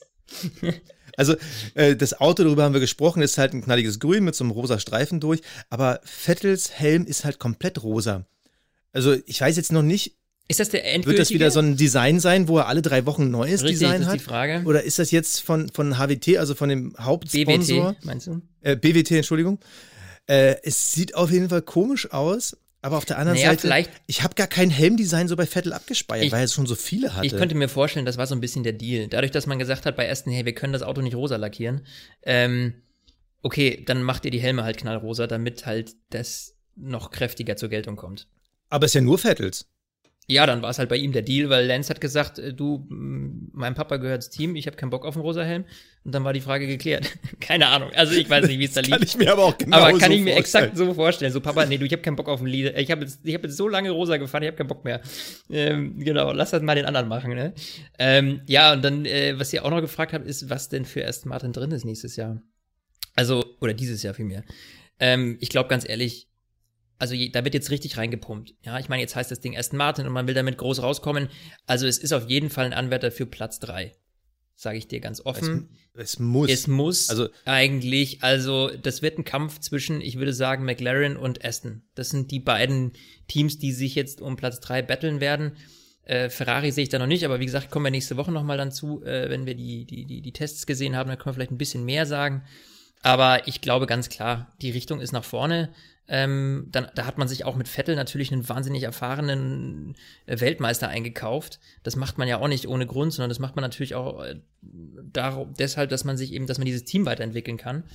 Also äh, das Auto, darüber haben wir gesprochen, ist halt ein knalliges Grün mit so einem rosa Streifen durch, aber Vettels Helm ist halt komplett rosa. Also ich weiß jetzt noch nicht, Ist das der endgültige? wird das wieder so ein Design sein, wo er alle drei Wochen ein neues Richtig, Design das ist hat? die Frage. Oder ist das jetzt von, von H W T, also von dem B W Hauptsponsor? T, meinst du? Äh, B W T, Entschuldigung. Äh, es sieht auf jeden Fall komisch aus, aber auf der anderen Naja, Seite, vielleicht- ich habe gar kein Helmdesign so bei Vettel abgespeichert, Ich- weil er schon so viele hatte. Ich könnte mir vorstellen, das war so ein bisschen der Deal. Dadurch, dass man gesagt hat bei Aston, hey, wir können das Auto nicht rosa lackieren, ähm, okay, dann macht ihr die Helme halt knallrosa, damit halt das noch kräftiger zur Geltung kommt. aber es ist ja nur Vettels. Ja, dann war es halt bei ihm der Deal, weil Lance hat gesagt, äh, du, m, meinem Papa gehört's Team, ich habe keinen Bock auf einen rosa Helm. Und dann war die Frage geklärt. Keine Ahnung, also ich weiß nicht, wie es da lief. Kann ich mir aber auch genau Aber kann so ich mir vorstellen. exakt so vorstellen. So, Papa, nee, du, ich habe keinen Bock auf ein Lied. Ich habe jetzt, ich hab jetzt so lange rosa gefahren, ich habe keinen Bock mehr. Ähm, genau, lass das mal den anderen machen, ne? Ähm, ja, und dann, äh, was ihr auch noch gefragt habt, ist, was denn für Aston Martin drin ist nächstes Jahr. Also, oder dieses Jahr vielmehr. Ähm, ich glaube, ganz ehrlich, also je, da wird jetzt richtig reingepumpt. Ja, ich meine, jetzt heißt das Ding Aston Martin und man will damit groß rauskommen. Also es ist auf jeden Fall ein Anwärter für Platz drei. Sage ich dir ganz offen. Es, es muss. Es muss Also- eigentlich, also das wird ein Kampf zwischen, ich würde sagen, McLaren und Aston. Das sind die beiden Teams, die sich jetzt um Platz drei battlen werden. Äh, Ferrari sehe ich da noch nicht, aber wie gesagt, kommen wir nächste Woche nochmal dann zu, äh, wenn wir die, die, die, die Tests gesehen haben, dann können wir vielleicht ein bisschen mehr sagen. Aber ich glaube ganz klar, die Richtung ist nach vorne. Ähm, dann, da hat man sich auch mit Vettel natürlich einen wahnsinnig erfahrenen äh, Weltmeister eingekauft. Das macht man ja auch nicht ohne Grund, sondern das macht man natürlich auch äh, darum, deshalb, dass man sich eben, dass man dieses Team weiterentwickeln kann.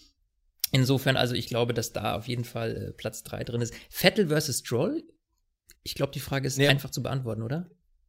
Insofern, also ich glaube, dass da auf jeden Fall äh, Platz drei drin ist. Vettel versus Stroll? Ich glaube, die Frage ist Ja. einfach zu beantworten, oder?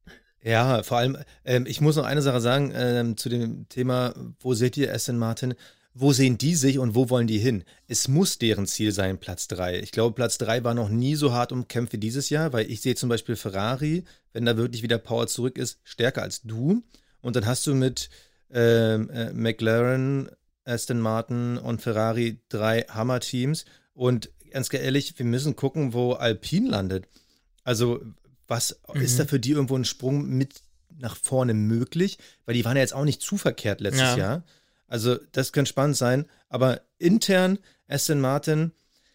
Ja, vor allem, ähm, ich muss noch eine Sache sagen ähm, zu dem Thema, wo seht ihr Aston Martin? Wo sehen die sich und wo wollen die hin? Es muss deren Ziel sein, Platz drei. Ich glaube, Platz drei war noch nie so hart umkämpft wie dieses Jahr, weil ich sehe zum Beispiel Ferrari, wenn da wirklich wieder Power zurück ist, stärker als du. Und dann hast du mit ähm, äh, McLaren, Aston Martin und Ferrari drei Hammer-Teams. Und ganz ehrlich, wir müssen gucken, wo Alpine landet. Also, was Mhm. ist da für die irgendwo ein Sprung mit nach vorne möglich? Weil die waren ja jetzt auch nicht zu verkehrt letztes Ja. Jahr. Also, das könnte spannend sein. Aber intern, Aston Martin,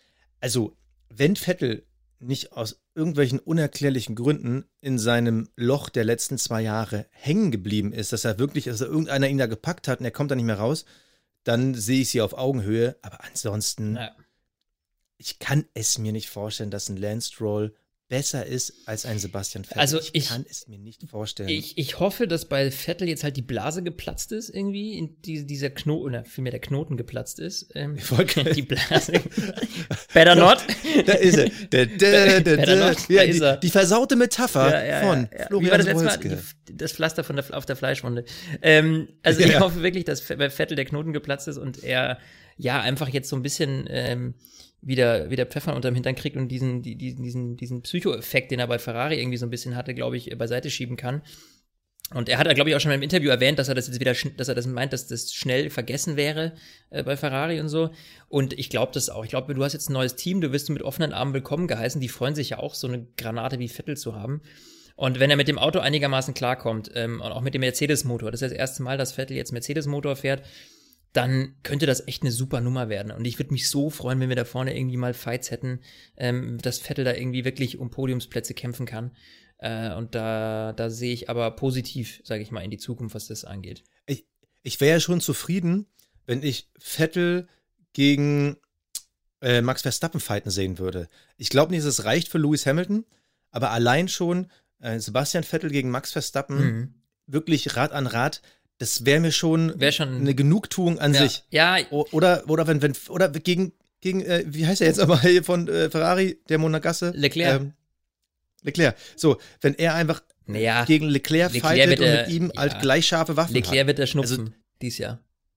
also, wenn Vettel nicht aus irgendwelchen unerklärlichen Gründen in seinem Loch der letzten zwei Jahre hängen geblieben ist, dass er wirklich, dass er irgendeiner ihn da gepackt hat und er kommt da nicht mehr raus, dann sehe ich sie auf Augenhöhe. Aber ansonsten, Ja. ich kann es mir nicht vorstellen, dass ein Lance Stroll besser ist als ein Sebastian Vettel. Also ich, ich kann es mir nicht vorstellen. Ich, ich hoffe, dass bei Vettel jetzt halt die Blase geplatzt ist irgendwie, in die, dieser Knoten, oder vielmehr der Knoten geplatzt ist. Ähm, die Blase. Better not. Da ist er. Da, da, da, da, da. Not, Ja, da ist er. Die, die versaute Metapher ja, ja, von ja, ja. Florian Wie war das letzte Mal? Wolzke. Die, das Pflaster von der, auf der Fleischwunde. Ähm, also ich Ja. hoffe wirklich, dass bei Vettel der Knoten geplatzt ist und er ja einfach jetzt so ein bisschen ähm, wieder, wieder Pfeffer unterm Hintern kriegt und diesen, die, diesen, diesen, diesen Psycho-Effekt, den er bei Ferrari irgendwie so ein bisschen hatte, glaube ich, beiseite schieben kann. Und er hat, glaube ich, auch schon im Interview erwähnt, dass er das jetzt wieder, dass er das meint, dass das schnell vergessen wäre äh, bei Ferrari und so. Und ich glaube das auch. Ich glaube, du hast jetzt ein neues Team, du wirst mit offenen Armen willkommen geheißen. Die freuen sich ja auch, so eine Granate wie Vettel zu haben. Und wenn er mit dem Auto einigermaßen klarkommt, ähm, und auch mit dem Mercedes-Motor, das ist das erste Mal, dass Vettel jetzt Mercedes-Motor fährt, dann könnte das echt eine super Nummer werden. Und ich würde mich so freuen, wenn wir da vorne irgendwie mal Fights hätten, ähm, dass Vettel da irgendwie wirklich um Podiumsplätze kämpfen kann. Äh, und da, da sehe ich aber positiv, sage ich mal, in die Zukunft, was das angeht. Ich, ich wäre ja schon zufrieden, wenn ich Vettel gegen äh, Max Verstappen fighten sehen würde. Ich glaube nicht, dass es reicht für Lewis Hamilton, aber allein schon äh, Sebastian Vettel gegen Max Verstappen, mhm. wirklich Rad an Rad, das wäre mir schon, wär schon eine Genugtuung an ja. sich. Ja. O- oder, oder wenn, wenn, oder gegen, gegen äh, wie heißt er jetzt aber hier von äh, Ferrari, der Monegasse? Leclerc. Ähm, Leclerc. So, wenn er einfach naja, gegen Leclerc, Leclerc fightet und mit ihm ja, halt gleich scharfe Waffen Leclerc hat. wird er schnupfen, also, dies Jahr.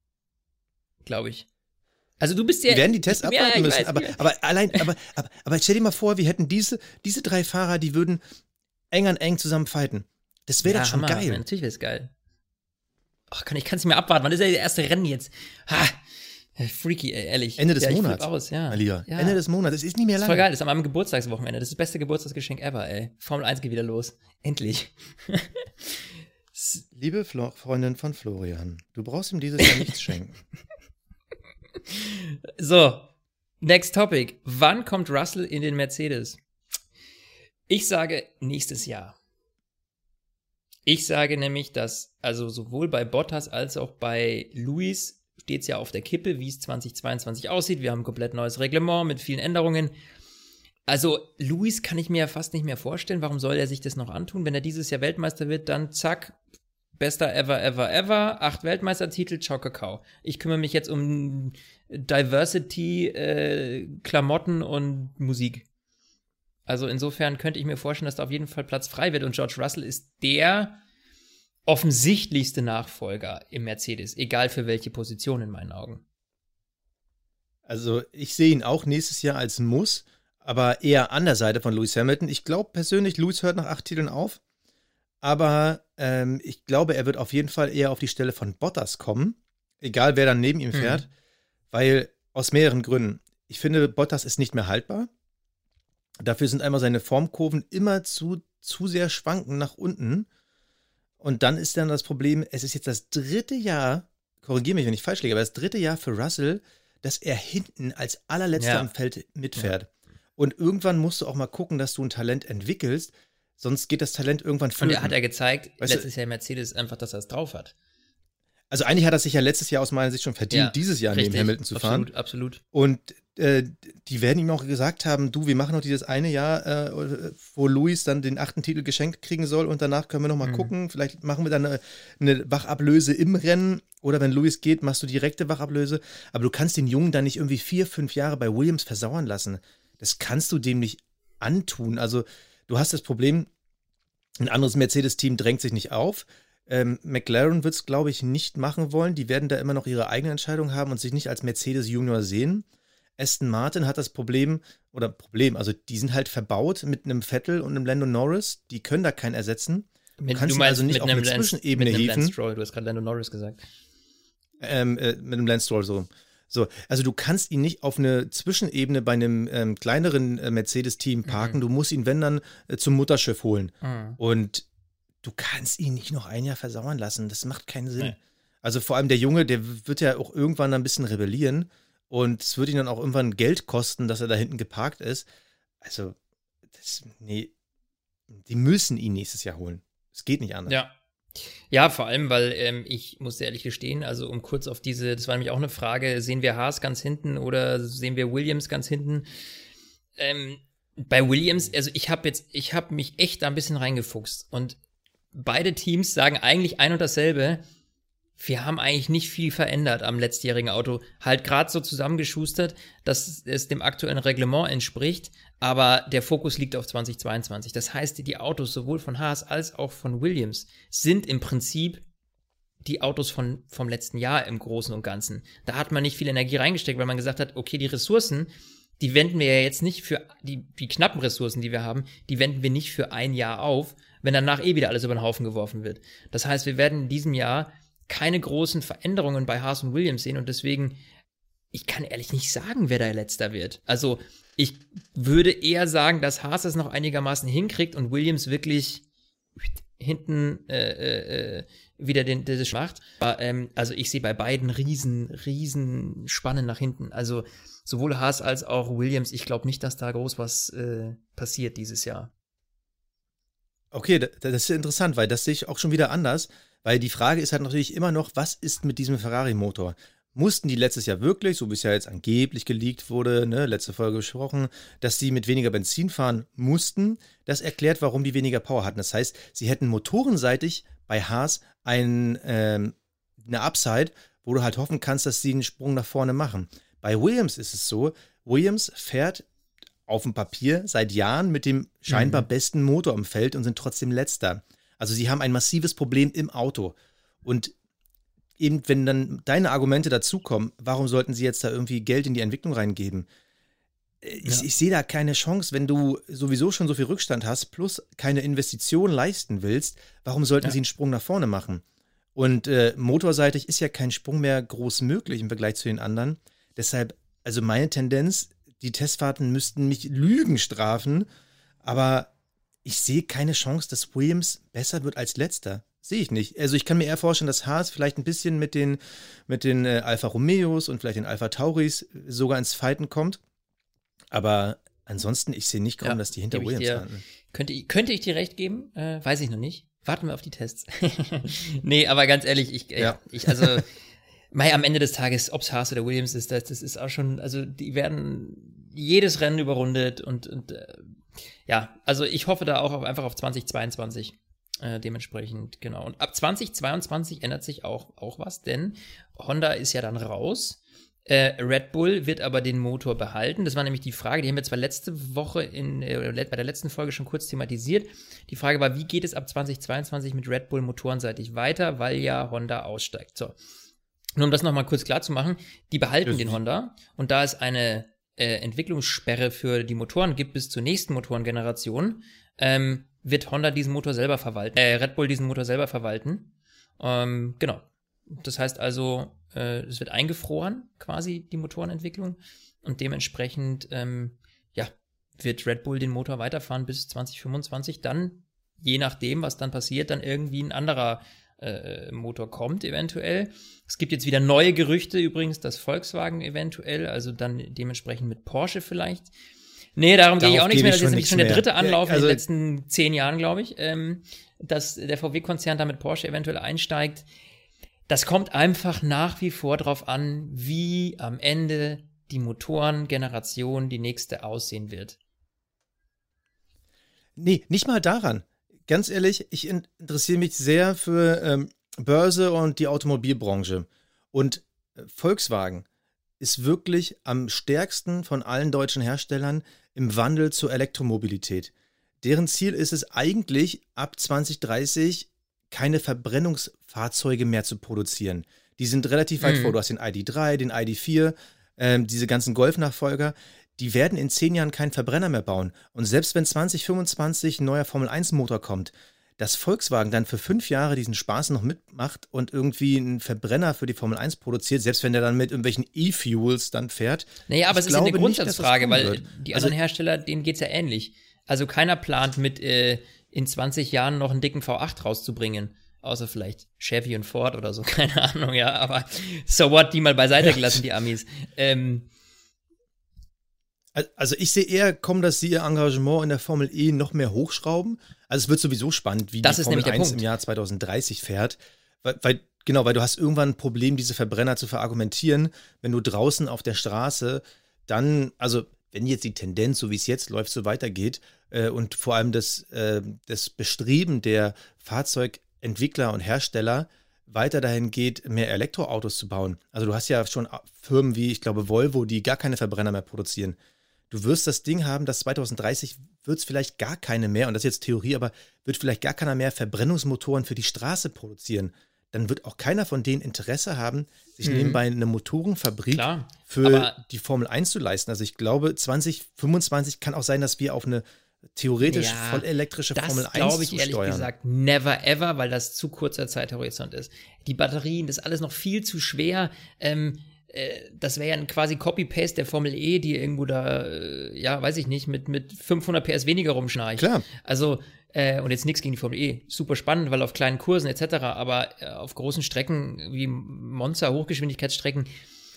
Glaube ich. Also du bist ja... Wir werden die Tests abwarten ja, müssen, weiß, aber, ja. aber allein, aber, aber, aber stell dir mal vor, wir hätten diese, diese drei Fahrer, die würden eng an eng zusammen fighten. Das wäre ja, doch schon Hammer. geil. Ja, natürlich wäre es geil. Ach, kann ich kann es mir abwarten. Wann ist ja das erste Rennen jetzt? Ha! Freaky, ey, ehrlich. Ende des ja, Monats. Aus, ja. Alia. Ja. Ende des Monats. Es ist nicht mehr lange. Das ist voll geil. Das ist an meinem Geburtstagswochenende. Das ist das beste Geburtstagsgeschenk ever, ey. Formel eins geht wieder los. Endlich. Liebe Flo- Freundin von Florian, du brauchst ihm dieses Jahr nichts schenken. So, next topic. Wann kommt Russell in den Mercedes? Ich sage nächstes Jahr. Ich sage nämlich, dass also sowohl bei Bottas als auch bei Lewis steht es ja auf der Kippe, wie es zwanzig zweiundzwanzig aussieht. Wir haben ein komplett neues Reglement mit vielen Änderungen. Also Lewis kann ich mir ja fast nicht mehr vorstellen. Warum soll er sich das noch antun? Wenn er dieses Jahr Weltmeister wird, dann zack, bester ever, ever, ever, acht Weltmeistertitel, ciao, Kakao. Ich kümmere mich jetzt um Diversity, äh, Klamotten und Musik. Also insofern könnte ich mir vorstellen, dass da auf jeden Fall Platz frei wird. Und George Russell ist der offensichtlichste Nachfolger im Mercedes, egal für welche Position in meinen Augen. Also ich sehe ihn auch nächstes Jahr als Muss, aber eher an der Seite von Lewis Hamilton. Ich glaube persönlich, Lewis hört nach acht Titeln auf, aber ähm, ich glaube, er wird auf jeden Fall eher auf die Stelle von Bottas kommen, egal wer dann neben ihm fährt, mhm. weil aus mehreren Gründen. Ich finde, Bottas ist nicht mehr haltbar. Dafür sind einmal seine Formkurven immer zu, zu sehr schwanken nach unten. Und dann ist dann das Problem, es ist jetzt das dritte Jahr, korrigiere mich, wenn ich falsch liege, aber das dritte Jahr für Russell, dass er hinten als allerletzter ja. im Feld mitfährt. Ja. Und irgendwann musst du auch mal gucken, dass du ein Talent entwickelst, sonst geht das Talent irgendwann flöten. Und er hat ja gezeigt, weißt letztes du, Jahr im Mercedes einfach, dass er es drauf hat. Also eigentlich hat er sich ja letztes Jahr aus meiner Sicht schon verdient, ja, dieses Jahr richtig, neben Hamilton zu fahren. Absolut, absolut. Und äh, die werden ihm auch gesagt haben, du, wir machen noch dieses eine Jahr, äh, wo Lewis dann den achten Titel geschenkt kriegen soll und danach können wir noch mal mhm. gucken, vielleicht machen wir dann eine, eine Wachablöse im Rennen oder wenn Lewis geht, machst du direkte Wachablöse. Aber du kannst den Jungen dann nicht irgendwie vier, fünf Jahre bei Williams versauern lassen. Das kannst du dem nicht antun. Also du hast das Problem, ein anderes Mercedes-Team drängt sich nicht auf. Ähm, McLaren wird es, glaube ich, nicht machen wollen. Die werden da immer noch ihre eigene Entscheidung haben und sich nicht als Mercedes-Junior sehen. Aston Martin hat das Problem, oder Problem, also die sind halt verbaut mit einem Vettel und einem Lando Norris. Die können da keinen ersetzen. Du mit, kannst du ihn also nicht auf eine Lance, Zwischenebene mit einem hieven. Lance Stroll, du hast gerade Lando Norris gesagt. Ähm, äh, mit einem Lance Stroll, so. So, also du kannst ihn nicht auf eine Zwischenebene bei einem ähm, kleineren äh, Mercedes-Team parken. Mhm. Du musst ihn, wenn dann, äh, zum Mutterschiff holen. Mhm. Und du kannst ihn nicht noch ein Jahr versauern lassen. Das macht keinen Sinn. Nee. Also vor allem der Junge, der wird ja auch irgendwann ein bisschen rebellieren. Und es wird ihn dann auch irgendwann Geld kosten, dass er da hinten geparkt ist. Also, das, nee, die müssen ihn nächstes Jahr holen. Es geht nicht anders. Ja. Ja, vor allem, weil ähm, ich muss ehrlich gestehen, also um kurz auf diese, das war nämlich auch eine Frage, sehen wir Haas ganz hinten oder sehen wir Williams ganz hinten? Ähm, Bei Williams, also ich habe jetzt, ich habe mich echt da ein bisschen reingefuchst und beide Teams sagen eigentlich ein und dasselbe. Wir haben eigentlich nicht viel verändert am letztjährigen Auto. Halt gerade so zusammengeschustert, dass es dem aktuellen Reglement entspricht, aber der Fokus liegt auf zwanzig zweiundzwanzig. Das heißt, die Autos sowohl von Haas als auch von Williams sind im Prinzip die Autos von, vom letzten Jahr im Großen und Ganzen. Da hat man nicht viel Energie reingesteckt, weil man gesagt hat, okay, die Ressourcen, die wenden wir ja jetzt nicht für die, die knappen Ressourcen, die wir haben, die wenden wir nicht für ein Jahr auf, wenn danach eh wieder alles über den Haufen geworfen wird. Das heißt, wir werden in diesem Jahr keine großen Veränderungen bei Haas und Williams sehen und deswegen, ich kann ehrlich nicht sagen, wer da Letzter wird. Also ich würde eher sagen, dass Haas es noch einigermaßen hinkriegt und Williams wirklich hinten äh, äh, wieder den, das macht. Aber, ähm, also ich sehe bei beiden riesen, riesen Spannen nach hinten. Also sowohl Haas als auch Williams, ich glaube nicht, dass da groß was äh, passiert dieses Jahr. Okay, das ist interessant, weil das sehe ich auch schon wieder anders. Weil die Frage ist halt natürlich immer noch, was ist mit diesem Ferrari-Motor? Mussten die letztes Jahr wirklich, so wie es ja jetzt angeblich geleakt wurde, ne, letzte Folge besprochen, dass sie mit weniger Benzin fahren mussten? Das erklärt, warum die weniger Power hatten. Das heißt, sie hätten motorenseitig bei Haas ein, ähm, eine Upside, wo du halt hoffen kannst, dass sie einen Sprung nach vorne machen. Bei Williams ist es so, Williams fährt auf dem Papier seit Jahren mit dem scheinbar mhm. besten Motor im Feld und sind trotzdem Letzter. Also sie haben ein massives Problem im Auto. Und eben, wenn dann deine Argumente dazukommen, warum sollten sie jetzt da irgendwie Geld in die Entwicklung reingeben? Ich, ja. ich sehe da keine Chance, wenn du sowieso schon so viel Rückstand hast, plus keine Investition leisten willst, warum sollten ja. sie einen Sprung nach vorne machen? Und äh, motorseitig ist ja kein Sprung mehr groß möglich im Vergleich zu den anderen. Deshalb, also meine Tendenz, die Testfahrten müssten mich Lügen strafen, aber ich sehe keine Chance, dass Williams besser wird als Letzter. Sehe ich nicht. Also ich kann mir eher vorstellen, dass Haas vielleicht ein bisschen mit den, mit den äh, Alfa Romeos und vielleicht den Alfa Tauris sogar ins Fighten kommt. Aber ansonsten, ich sehe nicht kaum, ja, dass die hinter Williams dir, landen. Könnte, könnte ich dir recht geben? Äh, weiß ich noch nicht. Warten wir auf die Tests. Nee, aber ganz ehrlich, ich, ja. ich also mei, am Ende des Tages, ob es Haas oder Williams ist, das, das ist auch schon, also die werden jedes Rennen überrundet und, und äh, ja, also ich hoffe da auch auf, einfach auf zwanzig zweiundzwanzig. Äh, dementsprechend, genau. Und ab zwanzig zweiundzwanzig ändert sich auch, auch was, denn Honda ist ja dann raus. Äh, Red Bull wird aber den Motor behalten. Das war nämlich die Frage, die haben wir zwar letzte Woche in, äh, bei der letzten Folge schon kurz thematisiert. Die Frage war, wie geht es ab zwanzig zweiundzwanzig mit Red Bull motorenseitig weiter, weil ja Honda aussteigt. So. Nur um das nochmal kurz klar zu machen, die behalten das den Honda und da es eine äh, Entwicklungssperre für die Motoren gibt bis zur nächsten Motorengeneration, ähm, wird Honda diesen Motor selber verwalten, äh, Red Bull diesen Motor selber verwalten. Ähm, genau. Das heißt also, äh, es wird eingefroren, quasi, die Motorenentwicklung. Und dementsprechend, ähm, ja, wird Red Bull den Motor weiterfahren bis zwanzig fünfundzwanzig. Dann, je nachdem, was dann passiert, dann irgendwie ein anderer äh, Motor kommt, eventuell. Es gibt jetzt wieder neue Gerüchte, übrigens, dass Volkswagen eventuell, also dann dementsprechend mit Porsche vielleicht. Nee, darum gehe ich auch nichts mehr. Das ist nämlich schon der dritte Anlauf ja, also in den letzten zehn Jahren, glaube ich, ähm, dass der V W-Konzern da mit Porsche eventuell einsteigt. Das kommt einfach nach wie vor drauf an, wie am Ende die Motorengeneration, die nächste, aussehen wird. Nee, nicht mal daran. Ganz ehrlich, ich interessiere mich sehr für ähm, Börse und die Automobilbranche. Und äh, Volkswagen ist wirklich am stärksten von allen deutschen Herstellern im Wandel zur Elektromobilität. Deren Ziel ist es eigentlich, ab zwanzig dreißig keine Verbrennungsfahrzeuge mehr zu produzieren. Die sind relativ weit mhm. vor. Du hast den I D drei, den I D vier, ähm, diese ganzen Golf-Nachfolger. Die werden in zehn Jahren keinen Verbrenner mehr bauen. Und selbst wenn zwanzig fünfundzwanzig ein neuer Formel eins Motor kommt, dass Volkswagen dann für fünf Jahre diesen Spaß noch mitmacht und irgendwie einen Verbrenner für die Formel eins produziert, selbst wenn der dann mit irgendwelchen E-Fuels dann fährt. Naja, aber es ist ja eine Grundsatzfrage, weil wird. die anderen also, Hersteller, denen geht's ja ähnlich. Also keiner plant mit äh, in zwanzig Jahren noch einen dicken V acht rauszubringen. Außer vielleicht Chevy und Ford oder so, keine Ahnung, ja. Aber so what, die mal beiseite gelassen, die Amis. Ähm, Also ich sehe eher, kommen, dass sie ihr Engagement in der Formel E noch mehr hochschrauben. Also es wird sowieso spannend, wie das die Formel eins im Jahr zwanzig dreißig fährt. Weil, weil, genau, weil du hast irgendwann ein Problem, diese Verbrenner zu verargumentieren. Wenn du draußen auf der Straße dann, also wenn jetzt die Tendenz, so wie es jetzt läuft, so weitergeht äh, und vor allem das, äh, das Bestreben der Fahrzeugentwickler und Hersteller weiter dahin geht, mehr Elektroautos zu bauen. Also du hast ja schon Firmen wie, ich glaube, Volvo, die gar keine Verbrenner mehr produzieren. Du wirst das Ding haben, dass zwanzig dreißig wird es vielleicht gar keine mehr, und das ist jetzt Theorie, aber wird vielleicht gar keiner mehr Verbrennungsmotoren für die Straße produzieren. Dann wird auch keiner von denen Interesse haben, sich mhm. nebenbei eine Motorenfabrik Klar, für die Formel eins zu leisten. Also ich glaube, zwanzig fünfundzwanzig kann auch sein, dass wir auf eine theoretisch ja, voll elektrische Formel eins zusteuern. Das glaube ich ehrlich gesagt never ever, weil das zu kurzer Zeithorizont ist. Die Batterien, das ist alles noch viel zu schwer. Ähm, äh, das wäre ja quasi Copy-Paste der Formel E, die irgendwo da, äh, ja, weiß ich nicht, mit, mit fünfhundert P S weniger rumschnarcht. Klar. Also, äh, und jetzt nichts gegen die Formel E. Super spannend, weil auf kleinen Kursen et cetera, aber äh, auf großen Strecken wie Monza, Hochgeschwindigkeitsstrecken,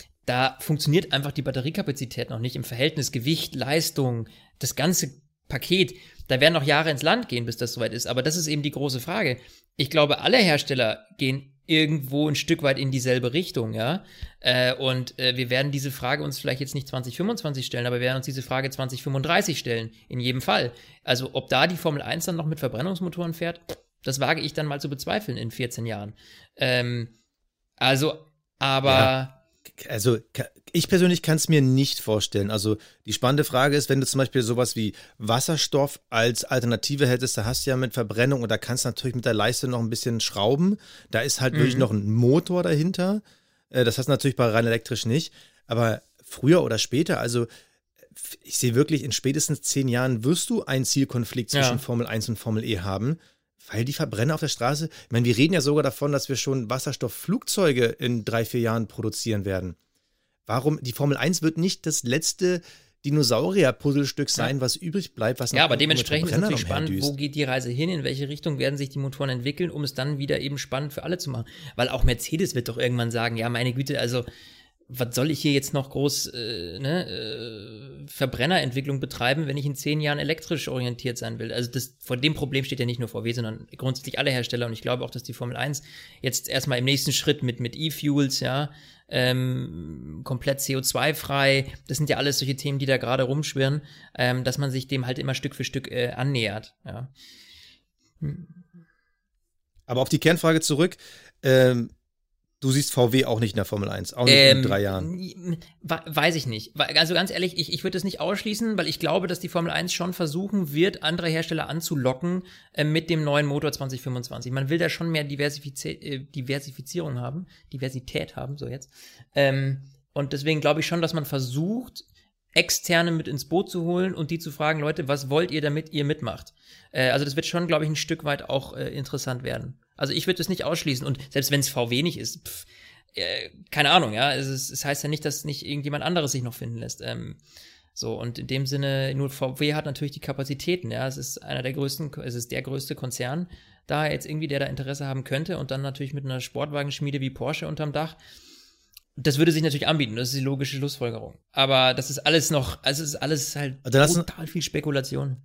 da funktioniert einfach die Batteriekapazität noch nicht im Verhältnis Gewicht, Leistung, das ganze Paket. Da werden noch Jahre ins Land gehen, bis das soweit ist. Aber das ist eben die große Frage. Ich glaube, alle Hersteller gehen irgendwo ein Stück weit in dieselbe Richtung, ja. Äh, und äh, wir werden diese Frage uns vielleicht jetzt nicht zwanzig fünfundzwanzig stellen, aber wir werden uns diese Frage zwanzig fünfunddreißig stellen, in jedem Fall. Also ob da die Formel eins dann noch mit Verbrennungsmotoren fährt, das wage ich dann mal zu bezweifeln in vierzehn Jahren. Ähm, also, aber ja. Also ich persönlich kann es mir nicht vorstellen. Also die spannende Frage ist, wenn du zum Beispiel sowas wie Wasserstoff als Alternative hättest, da hast du ja mit Verbrennung und da kannst du natürlich mit der Leiste noch ein bisschen schrauben. Da ist halt mhm. wirklich noch ein Motor dahinter. Das hast du natürlich bei rein elektrisch nicht. Aber früher oder später, also ich sehe wirklich, in spätestens zehn Jahren wirst du einen Zielkonflikt zwischen ja. Formel eins und Formel E haben. Weil die Verbrenner auf der Straße, ich meine, wir reden ja sogar davon, dass wir schon Wasserstoffflugzeuge in drei, vier Jahren produzieren werden. Warum? Die Formel eins wird nicht das letzte Dinosaurier-Puzzlestück sein, ja. was übrig bleibt, was Ja, aber dementsprechend ist natürlich spannend, wo geht die Reise hin, in welche Richtung werden sich die Motoren entwickeln, um es dann wieder eben spannend für alle zu machen. Weil auch Mercedes wird doch irgendwann sagen, ja, meine Güte, also was soll ich hier jetzt noch groß äh, ne, äh, Verbrennerentwicklung betreiben, wenn ich in zehn Jahren elektrisch orientiert sein will? Also das, vor dem Problem steht ja nicht nur V W, sondern grundsätzlich alle Hersteller. Und ich glaube auch, dass die Formel eins jetzt erstmal im nächsten Schritt mit mit E-Fuels, ja, ähm, komplett C O zwei frei, das sind ja alles solche Themen, die da gerade rumschwirren, ähm, dass man sich dem halt immer Stück für Stück äh, annähert. Ja. Hm. Aber auf die Kernfrage zurück, ähm, du siehst V W auch nicht in der Formel eins, auch nicht ähm, in drei Jahren. Weiß ich nicht. Also ganz ehrlich, ich, ich würde es nicht ausschließen, weil ich glaube, dass die Formel eins schon versuchen wird, andere Hersteller anzulocken äh, mit dem neuen Motor zwanzig fünfundzwanzig. Man will da schon mehr Diversifiz- äh, Diversifizierung haben, Diversität haben, so jetzt. Ähm, und deswegen glaube ich schon, dass man versucht, Externe mit ins Boot zu holen und die zu fragen, Leute, was wollt ihr, damit ihr mitmacht? Äh, also das wird schon, glaube ich, ein Stück weit auch äh, interessant werden. Also ich würde das nicht ausschließen. Und selbst wenn es V W nicht ist, pff, äh, keine Ahnung, ja. Es, ist, es heißt ja nicht, dass nicht irgendjemand anderes sich noch finden lässt. Ähm, so, und in dem Sinne, nur V W hat natürlich die Kapazitäten, ja. Es ist einer der größten, es ist der größte Konzern da jetzt irgendwie, der da Interesse haben könnte. Und dann natürlich mit einer Sportwagenschmiede wie Porsche unterm Dach. Das würde sich natürlich anbieten, das ist die logische Schlussfolgerung. Aber das ist alles noch, also es ist alles halt total viel Spekulation.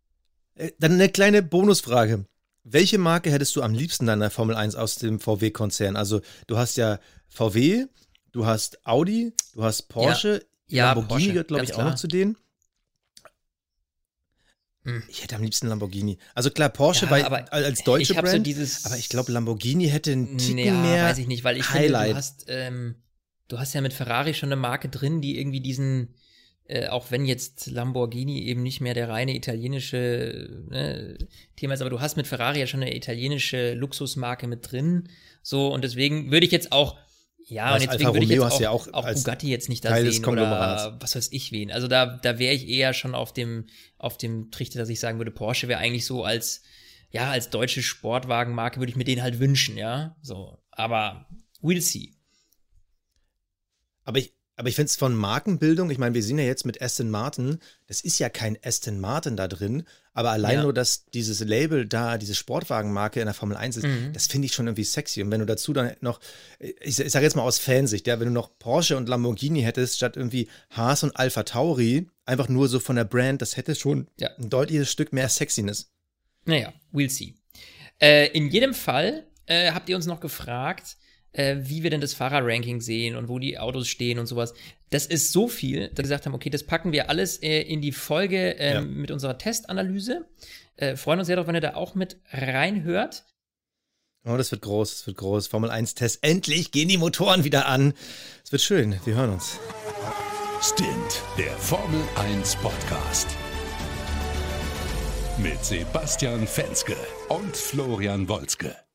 Dann eine kleine Bonusfrage. Welche Marke hättest du am liebsten in der Formel eins aus dem V W-Konzern? Also du hast ja V W, du hast Audi, du hast Porsche, ja, Lamborghini Porsche, gehört, glaube ich, klar. auch noch zu denen. Hm. Ich hätte am liebsten Lamborghini. Also klar, Porsche ja, bei, aber als deutsche ich Brand, so dieses, aber ich glaube, Lamborghini hätte einen Ticken ja, mehr weiß ich nicht, weil ich Highlight. finde, du hast, ähm, du hast ja mit Ferrari schon eine Marke drin, die irgendwie diesen, äh, auch wenn jetzt Lamborghini eben nicht mehr der reine italienische ne, Thema ist, aber du hast mit Ferrari ja schon eine italienische Luxusmarke mit drin. So, und deswegen würde ich jetzt auch, ja, und deswegen würde ich jetzt auch, ja auch, auch Bugatti jetzt nicht da Teil sehen oder was weiß ich wen. Also da, da wäre ich eher schon auf dem, auf dem Trichter, dass ich sagen würde, Porsche wäre eigentlich so als, ja, als deutsche Sportwagenmarke würde ich mir den halt wünschen, ja. So, aber we'll see. Aber ich, aber ich finde es von Markenbildung, ich meine, wir sehen ja jetzt mit Aston Martin, das ist ja kein Aston Martin da drin, aber allein ja. nur, dass dieses Label da, diese Sportwagenmarke in der Formel eins ist, mhm. das finde ich schon irgendwie sexy. Und wenn du dazu dann noch, ich, ich sage jetzt mal aus Fansicht, ja, wenn du noch Porsche und Lamborghini hättest, statt irgendwie Haas und Alpha Tauri, einfach nur so von der Brand, das hätte schon ja. ein deutliches Stück mehr Sexiness. Naja, we'll see. Äh, in jedem Fall äh, habt ihr uns noch gefragt, äh, wie wir denn das Fahrerranking sehen und wo die Autos stehen und sowas. Das ist so viel, dass wir gesagt haben, okay, das packen wir alles äh, in die Folge äh, ja. mit unserer Testanalyse. Äh, freuen uns sehr darauf, wenn ihr da auch mit reinhört. Oh, das wird groß, das wird groß. Formel eins Test. Endlich gehen die Motoren wieder an. Es wird schön. Wir hören uns. Stint, der Formel eins Podcast. Mit Sebastian Fenske und Florian Wolzke.